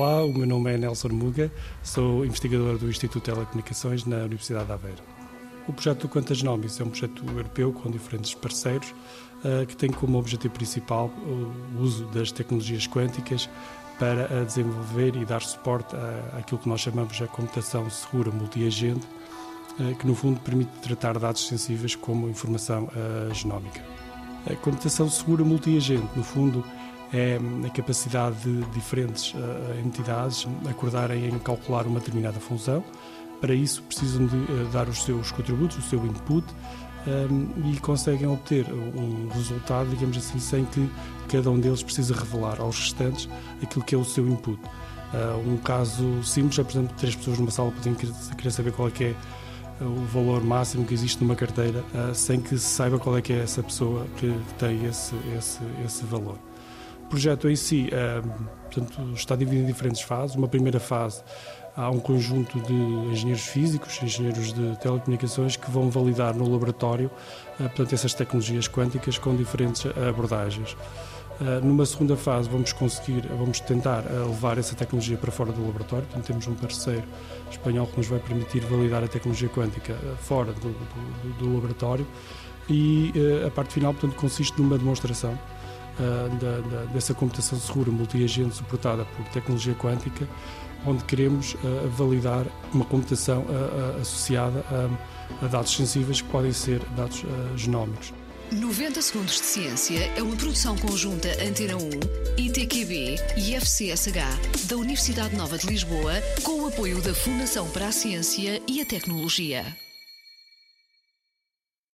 Olá, o meu nome é Nelson Muga, sou investigador do Instituto de Telecomunicações na Universidade de Aveiro. O projeto do Quanta Genomics é um projeto europeu com diferentes parceiros que tem como objetivo principal o uso das tecnologias quânticas para desenvolver e dar suporte àquilo que nós chamamos de computação segura multiagente, que no fundo permite tratar dados sensíveis como informação genómica. A computação segura multiagente, no fundo, é a capacidade de diferentes entidades acordarem em calcular uma determinada função. Para isso precisam de dar os seus contributos, o seu input, e conseguem obter um resultado, digamos assim, sem que cada um deles precise revelar aos restantes aquilo que é o seu input. Um caso simples é, por exemplo, 3 pessoas numa sala podem querer saber qual é que é o valor máximo que existe numa carteira, sem que se saiba qual é que é essa pessoa que tem esse valor. O projeto em si, portanto, está dividido em diferentes fases. Uma primeira fase, há um conjunto de engenheiros físicos, engenheiros de telecomunicações que vão validar no laboratório, portanto, essas tecnologias quânticas com diferentes abordagens. Numa segunda fase vamos tentar levar essa tecnologia para fora do laboratório, portanto temos um parceiro espanhol que nos vai permitir validar a tecnologia quântica fora do laboratório e a parte final, portanto, consiste numa demonstração dessa computação segura multiagente suportada por tecnologia quântica, onde queremos validar uma computação associada a dados sensíveis que podem ser dados genómicos. 90 Segundos de Ciência é uma produção conjunta Antena 1, ITQB e FCSH da Universidade Nova de Lisboa, com o apoio da Fundação para a Ciência e a Tecnologia.